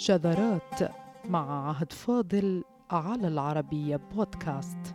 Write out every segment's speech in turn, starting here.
شذرات مع عهد فاضل على العربية بودكاست.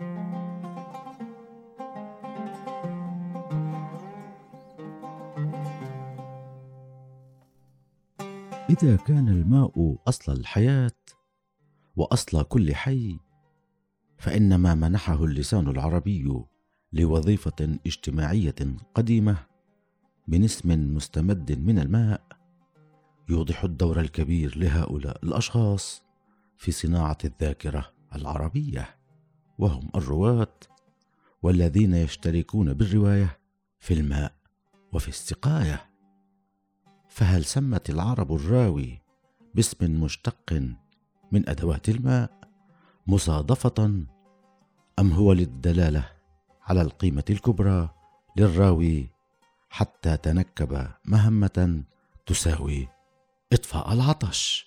إذا كان الماء أصل الحياة وأصل كل حي، فإن ما منحه اللسان العربي لوظيفة اجتماعية قديمة من اسم مستمد من الماء يوضح الدور الكبير لهؤلاء الأشخاص في صناعة الذاكرة العربية، وهم الرواة والذين يشتركون بالرواية في الماء وفي السقاية. فهل سمت العرب الراوي باسم مشتق من أدوات الماء مصادفة، أم هو للدلالة على القيمة الكبرى للراوي حتى تنكب مهمة تساوي إطفاء العطش؟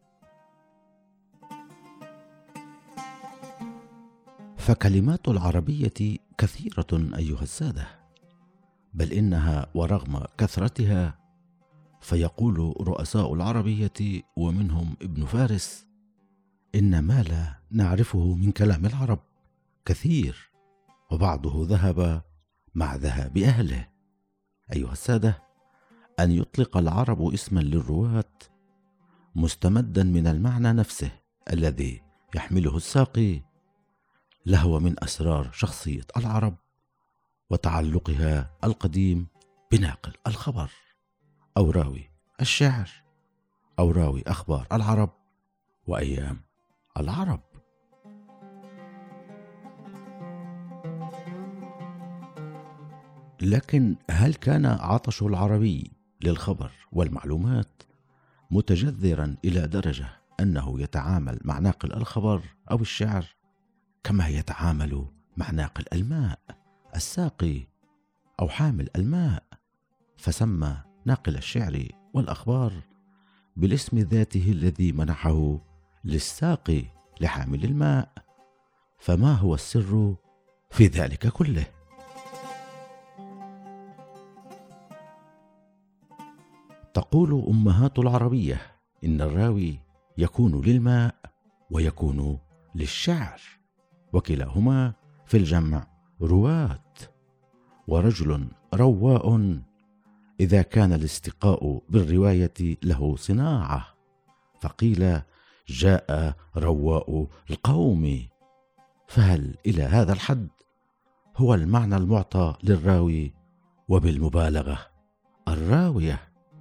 فكلمات العربية كثيرة أيها السادة، بل إنها ورغم كثرتها فيقول رؤساء العربية ومنهم ابن فارس: إن ما لا نعرفه من كلام العرب كثير، وبعضه ذهب مع ذهاب أهله. أيها السادة، أن يطلق العرب اسما للرواة مستمدا من المعنى نفسه الذي يحمله الساقي لهو من أسرار شخصية العرب وتعلقها القديم بناقل الخبر، أو راوي الشعر، أو راوي أخبار العرب وأيام العرب. لكن هل كان عطش العربي للخبر والمعلومات متجذرا إلى درجة أنه يتعامل مع ناقل الخبر أو الشعر كما يتعامل مع ناقل الماء الساقي أو حامل الماء، فسمى ناقل الشعر والأخبار بالاسم ذاته الذي منحه للساقي لحامل الماء؟ فما هو السر في ذلك كله؟ تقول أمهات العربية إن الراوي يكون للماء ويكون للشعر، وكلاهما في الجمع رواة. ورجل رواء إذا كان الاستقاء بالرواية له صناعة، فقيل جاء رواء القوم. فهل إلى هذا الحد هو المعنى المعطى للراوي، وبالمبالغة الراوية؟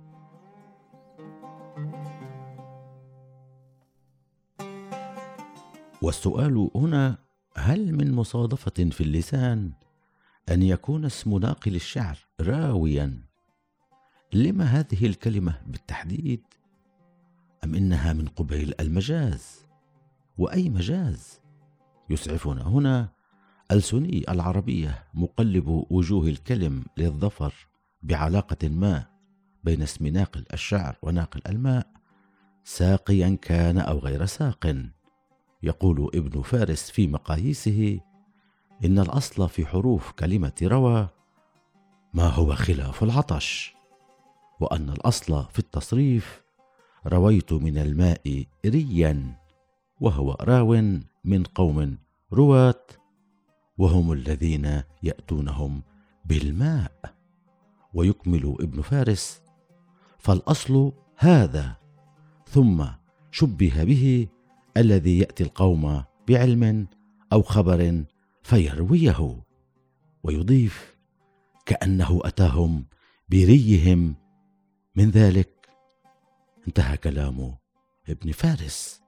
والسؤال هنا: هل من مصادفة في اللسان أن يكون اسم ناقل الشعر راويا؟ لما هذه الكلمة بالتحديد؟ أم إنها من قبيل المجاز؟ وأي مجاز؟ يسعفنا هنا ألسني العربية مقلب وجوه الكلم للظفر بعلاقة ما بين اسم ناقل الشعر وناقل الماء، ساقيا كان أو غير ساق. يقول ابن فارس في مقاييسه: إن الأصل في حروف كلمة روى ما هو خلاف العطش، وأن الأصل في التصريف رويت من الماء ريا، وهو راو من قوم رواة وهم الذين يأتونهم بالماء. ويكمل ابن فارس: فالأصل هذا، ثم شبه به الذي يأتي القوم بعلم أو خبر فيرويه. ويضيف: كأنه أتاهم بريهم من ذلك. انتهى كلام ابن فارس.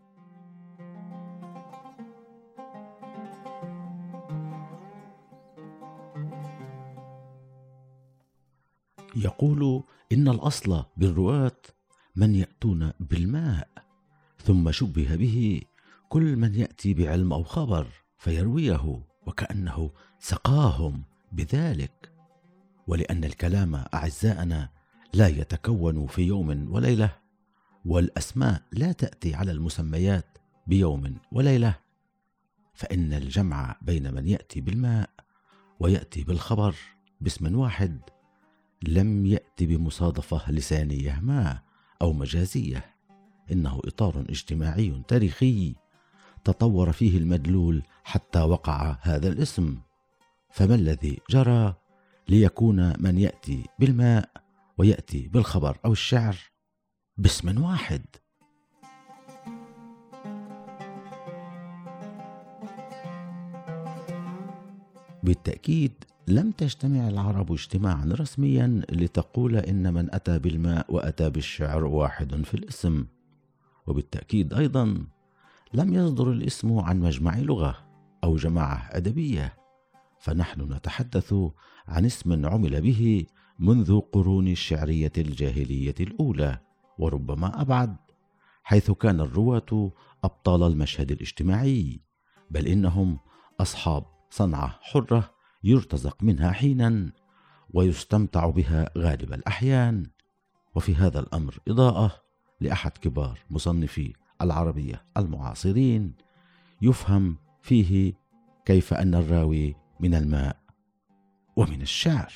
يقول: إن الأصل بالرواة من يأتون بالماء، ثم شبه به كل من يأتي بعلم أو خبر فيرويه، وكأنه سقاهم بذلك. ولأن الكلام أعزائنا لا يتكون في يوم وليلة، والأسماء لا تأتي على المسميات بيوم وليلة، فإن الجمع بين من يأتي بالماء ويأتي بالخبر باسم واحد لم يأتي بمصادفة لسانية ما أو مجازية، إنه إطار اجتماعي تاريخي تطور فيه المدلول حتى وقع هذا الاسم. فما الذي جرى ليكون من يأتي بالماء ويأتي بالخبر أو الشعر باسم واحد؟ بالتأكيد لم تجتمع العرب اجتماعا رسميا لتقول إن من أتى بالماء وأتى بالشعر واحد في الاسم. وبالتأكيد أيضا لم يصدر الاسم عن مجمع لغة أو جماعة أدبية، فنحن نتحدث عن اسم عمل به منذ قرون الشعرية الجاهلية الأولى وربما أبعد، حيث كان الرواة أبطال المشهد الاجتماعي، بل إنهم أصحاب صنعة حرة يرتزق منها حينا ويستمتع بها غالب الأحيان. وفي هذا الأمر إضاءة لأحد كبار مصنفي العربية المعاصرين يفهم فيه كيف أن الراوي من الماء ومن الشعر.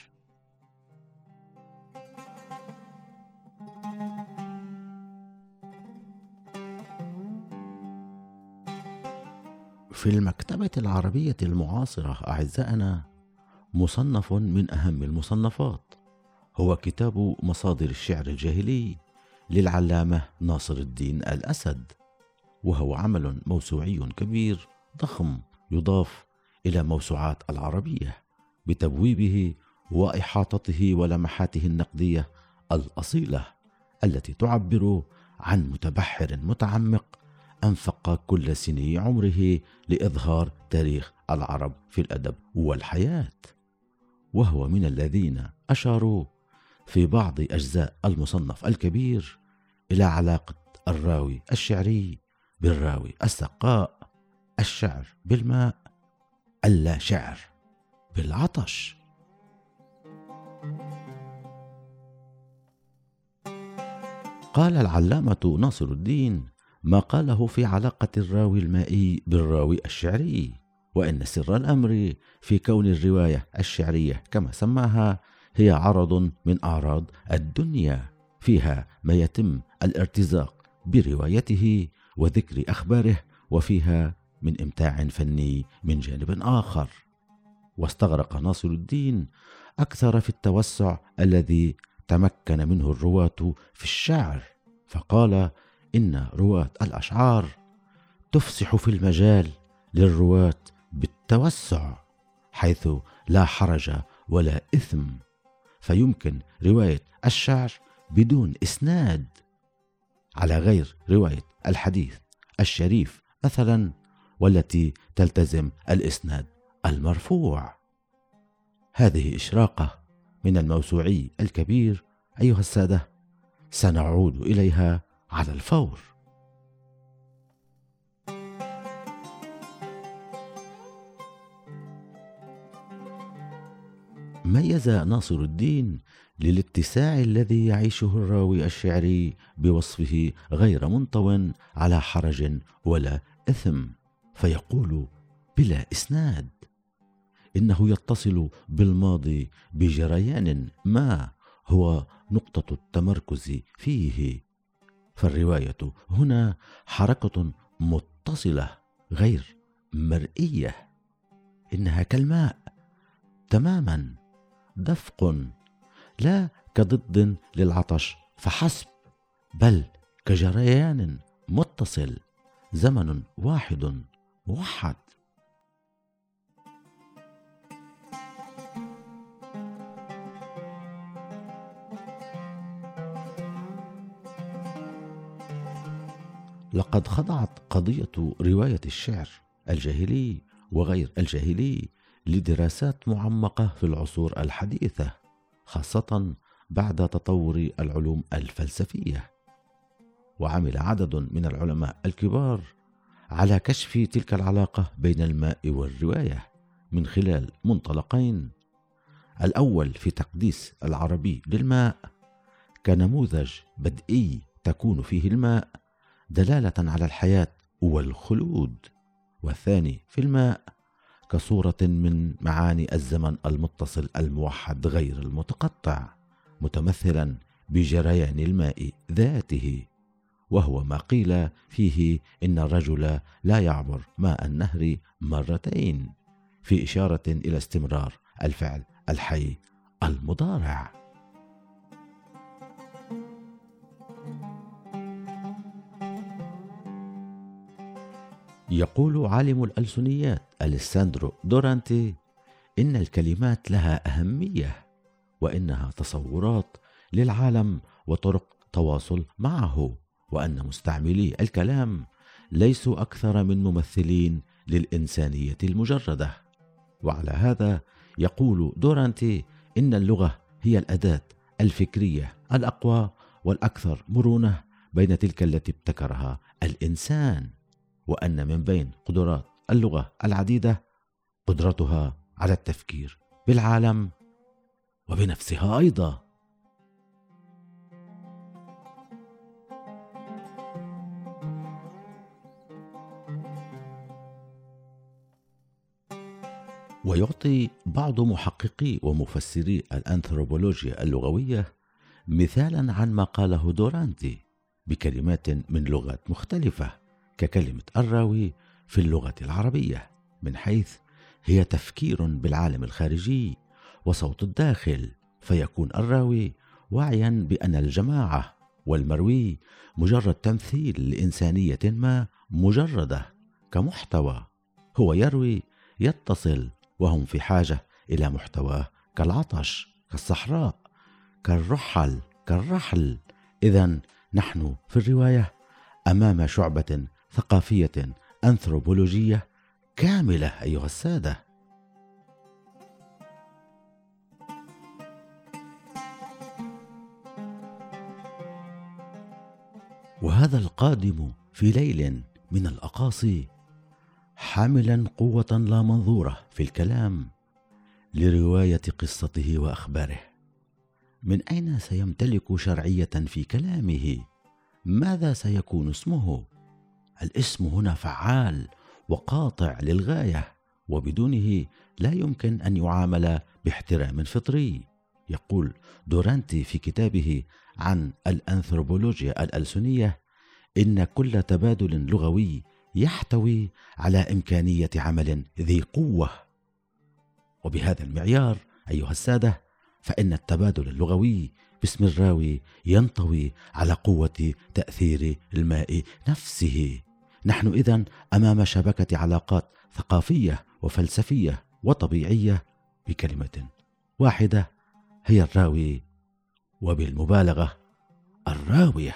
في المكتبة العربية المعاصرة أعزائنا مصنف من أهم المصنفات، هو كتاب مصادر الشعر الجاهلي للعلامة ناصر الدين الأسد، وهو عمل موسوعي كبير ضخم يضاف إلى موسوعات العربية بتبويبه وإحاطته ولمحاته النقدية الأصيلة التي تعبر عن متبحر متعمق أنفق كل سني عمره لإظهار تاريخ العرب في الأدب والحياة. وهو من الذين أشاروا في بعض أجزاء المصنف الكبير إلى علاقة الراوي الشعري بالراوي السقاء، الشعر بالماء، اللا شعر بالعطش. قال العلامة ناصر الدين ما قاله في علاقة الراوي المائي بالراوي الشعري، وإن سر الأمر في كون الرواية الشعرية كما سماها هي عرض من أعراض الدنيا فيها ما يتم الارتزاق بروايته وذكر أخباره، وفيها من إمتاع فني من جانب آخر. واستغرق ناصر الدين أكثر في التوسع الذي تمكن منه الرواة في الشعر، فقال إن رواة الأشعار تفسح في المجال للرواة بالتوسع، حيث لا حرج ولا إثم، فيمكن رواية الشعر بدون إسناد على غير رواية الحديث الشريف مثلا، والتي تلتزم الإسناد المرفوع. هذه إشراقة من الموسوعي الكبير أيها السادة، سنعود إليها على الفور. ميز ناصر الدين للاتساع الذي يعيشه الراوي الشعري بوصفه غير منطو على حرج ولا إثم، فيقول بلا إسناد إنه يتصل بالماضي بجريان ما هو نقطة التمركز فيه، فالرواية هنا حركة متصلة غير مرئية، إنها كالماء تماما، دفق لا كضد للعطش فحسب، بل كجريان متصل، زمن واحد موحد. لقد خضعت قضية رواية الشعر الجاهلي وغير الجاهلي لدراسات معمقة في العصور الحديثة، خاصة بعد تطور العلوم الفلسفية، وعمل عدد من العلماء الكبار على كشف تلك العلاقة بين الماء والرواية من خلال منطلقين: الأول في تقديس العربي للماء كنموذج بدئي تكون فيه الماء دلالة على الحياة والخلود، والثاني في الماء كصورة من معاني الزمن المتصل الموحد غير المتقطع، متمثلا بجريان الماء ذاته، وهو ما قيل فيه إن الرجل لا يعبر ماء النهر مرتين، في إشارة إلى استمرار الفعل الحي المضارع. يقول عالم الألسنيات أليساندرو دورانتي إن الكلمات لها أهمية، وإنها تصورات للعالم وطرق تواصل معه، وأن مستعملي الكلام ليسوا أكثر من ممثلين للإنسانية المجردة. وعلى هذا يقول دورانتي إن اللغة هي الأداة الفكرية الأقوى والأكثر مرونة بين تلك التي ابتكرها الإنسان، وأن من بين قدرات اللغة العديدة قدرتها على التفكير بالعالم وبنفسها أيضا. ويعطي بعض محققي ومفسري الأنثروبولوجيا اللغوية مثالا عن ما قاله دورانتي بكلمات من لغات مختلفة، ككلمة الراوي في اللغة العربية، من حيث هي تفكير بالعالم الخارجي وصوت الداخل، فيكون الراوي واعيا بأن الجماعة والمروي مجرد تمثيل لإنسانية ما مجردة كمحتوى، هو يروي يتصل، وهم في حاجة إلى محتواه كالعطش، كالصحراء، كالرحل. إذن نحن في الرواية أمام شعبة ثقافية أنثروبولوجية كاملة أيها السادة. وهذا القادم في ليل من الأقاصي حاملا قوة لا منظورة في الكلام لرواية قصته وأخباره، من أين سيمتلك شرعية في كلامه؟ ماذا سيكون اسمه؟ الاسم هنا فعال وقاطع للغاية، وبدونه لا يمكن أن يعامل باحترام فطري. يقول دورانتي في كتابه عن الأنثروبولوجيا الألسنية إن كل تبادل لغوي يحتوي على إمكانية عمل ذي قوة، وبهذا المعيار أيها السادة فإن التبادل اللغوي باسم الراوي ينطوي على قوة تأثير الماء نفسه. نحن إذن أمام شبكة علاقات ثقافية وفلسفية وطبيعية بكلمة واحدة هي الراوي، وبالمبالغة الراوية.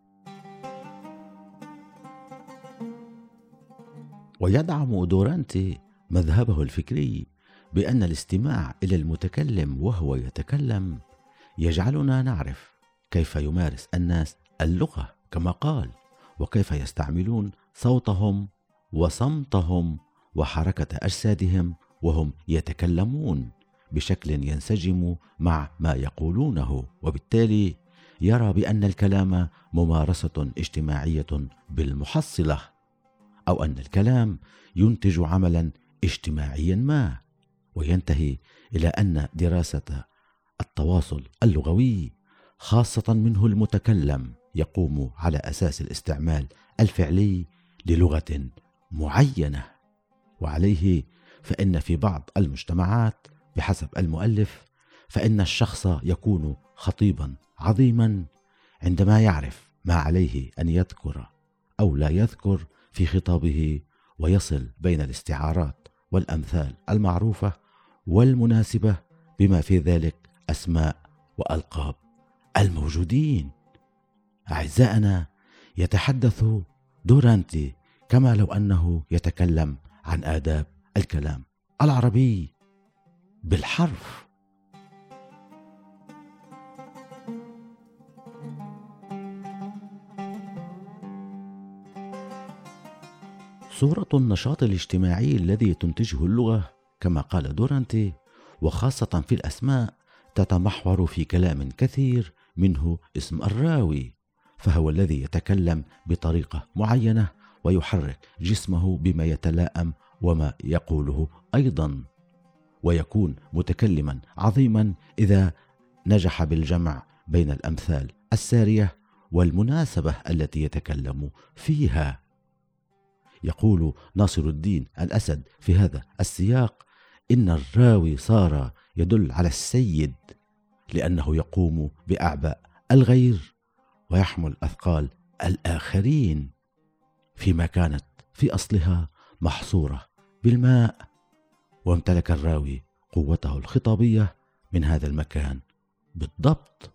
ويدعم دورانتي مذهبه الفكري بأن الاستماع إلى المتكلم وهو يتكلم يجعلنا نعرف كيف يمارس الناس اللغة كما قال، وكيف يستعملون صوتهم وصمتهم وحركة أجسادهم وهم يتكلمون بشكل ينسجم مع ما يقولونه، وبالتالي يرى بأن الكلام ممارسة اجتماعية بالمحصلة، أو أن الكلام ينتج عملا اجتماعيا ما، وينتهي إلى أن دراسة التواصل اللغوي خاصة منه المتكلم يقوم على أساس الاستعمال الفعلي للغة معينة. وعليه فإن في بعض المجتمعات بحسب المؤلف فإن الشخص يكون خطيبا عظيما عندما يعرف ما عليه أن يذكر أو لا يذكر في خطابه، ويصل بين الاستعارات والأمثال المعروفة والمناسبة بما في ذلك أسماء وألقاب الموجودين. أعزائنا، يتحدث دورانتي كما لو أنه يتكلم عن آداب الكلام العربي بالحرف. صورة النشاط الاجتماعي الذي تنتجه اللغة كما قال دورانتي وخاصة في الأسماء تتمحور في كلام كثير منه اسم الراوي، فهو الذي يتكلم بطريقة معينة ويحرك جسمه بما يتلائم وما يقوله أيضا، ويكون متكلما عظيما إذا نجح بالجمع بين الأمثال السارية والمناسبة التي يتكلم فيها. يقول ناصر الدين الأسد في هذا السياق: إن الراوي صار يدل على السيد لأنه يقوم بأعباء الغير ويحمل أثقال الآخرين، فيما كانت في أصلها محصورة بالماء. وامتلك الراوي قوته الخطابية من هذا المكان بالضبط.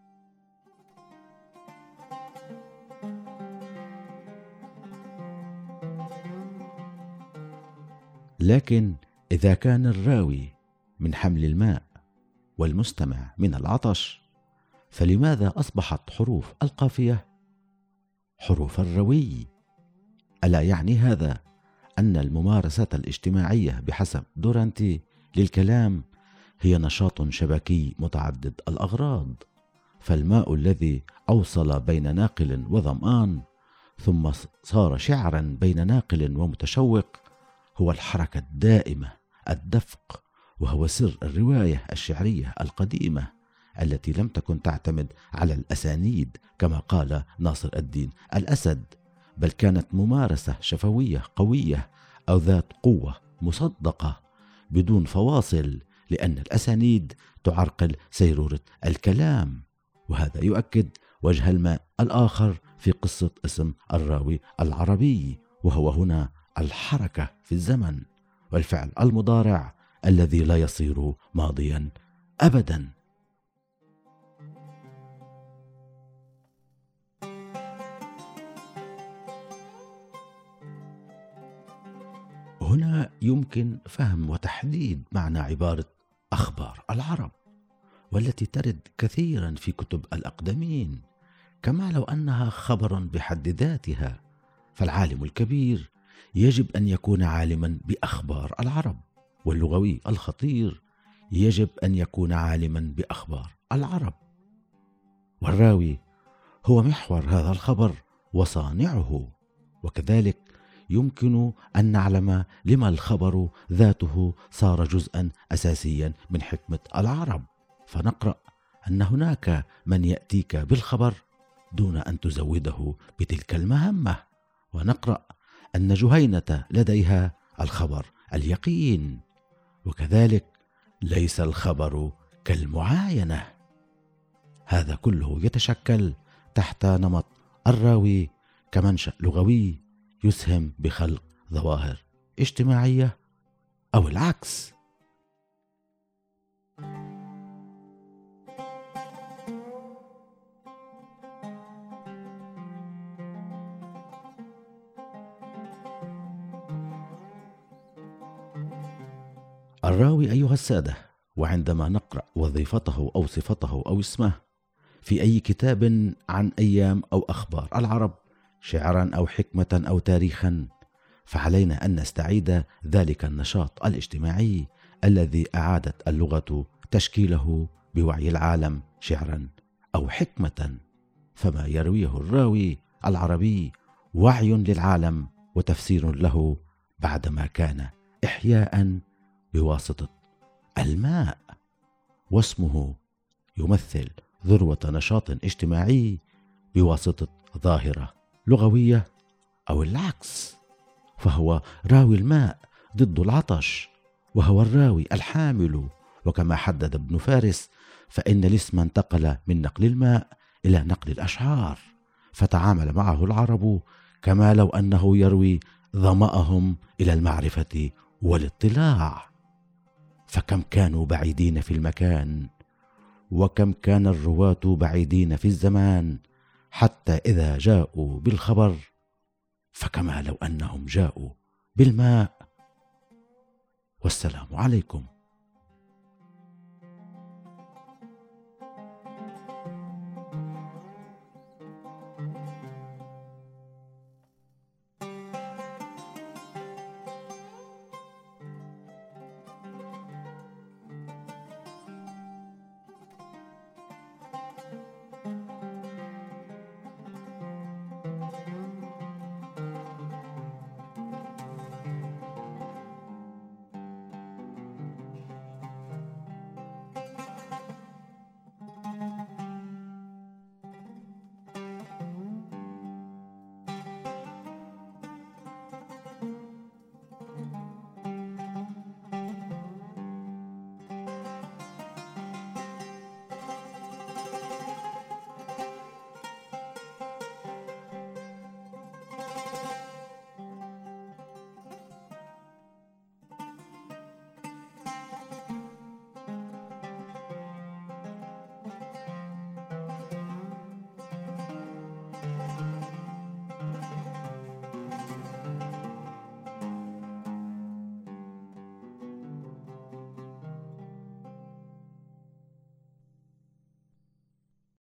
لكن إذا كان الراوي من حمل الماء والمستمع من العطش، فلماذا أصبحت حروف القافية حروف الروي؟ ألا يعني هذا أن الممارسة الاجتماعية بحسب دورانتي للكلام هي نشاط شبكي متعدد الأغراض؟ فالماء الذي أوصل بين ناقل وظمآن ثم صار شعرا بين ناقل ومتشوق هو الحركة الدائمة، الدفق، وهو سر الرواية الشعرية القديمة التي لم تكن تعتمد على الأسانيد كما قال ناصر الدين الأسد، بل كانت ممارسة شفوية قوية أو ذات قوة مصدقة بدون فواصل، لأن الأسانيد تعرقل سيرورة الكلام. وهذا يؤكد وجه الماء الآخر في قصة اسم الراوي العربي، وهو هنا الحركة في الزمن والفعل المضارع الذي لا يصير ماضيا أبدا. هنا يمكن فهم وتحديد معنى عبارة أخبار العرب، والتي ترد كثيرا في كتب الأقدمين، كما لو أنها خبرا بحد ذاتها. فالعالم الكبير يجب أن يكون عالما بأخبار العرب، واللغوي الخطير يجب أن يكون عالما بأخبار العرب، والراوي هو محور هذا الخبر وصانعه. وكذلك يمكن أن نعلم لما الخبر ذاته صار جزءا أساسيا من حكمة العرب، فنقرأ أن هناك من يأتيك بالخبر دون أن تزوده بتلك المهمة، ونقرأ أن جهينة لديها الخبر اليقين، وكذلك ليس الخبر كالمعاينة. هذا كله يتشكل تحت نمط الراوي كمنشأ لغوي يسهم بخلق ظواهر اجتماعية أو العكس. الراوي أيها السادة، وعندما نقرأ وظيفته أو صفته أو اسمه في أي كتاب عن أيام أو أخبار العرب، شعرا أو حكمة أو تاريخا، فعلينا أن نستعيد ذلك النشاط الاجتماعي الذي أعادت اللغة تشكيله بوعي العالم شعرا أو حكمة. فما يرويه الراوي العربي وعي للعالم وتفسير له بعدما كان إحياء بواسطة الماء، واسمه يمثل ذروة نشاط اجتماعي بواسطة ظاهرة لغوية أو العكس، فهو راوي الماء ضد العطش، وهو الراوي الحامل. وكما حدد ابن فارس، فإن الاسم انتقل من نقل الماء إلى نقل الأشعار، فتعامل معه العرب كما لو أنه يروي ظمأهم إلى المعرفة والاطلاع. فكم كانوا بعيدين في المكان، وكم كان الرواة بعيدين في الزمان، حتى إذا جاءوا بالخبر فكما لو أنهم جاءوا بالماء. والسلام عليكم.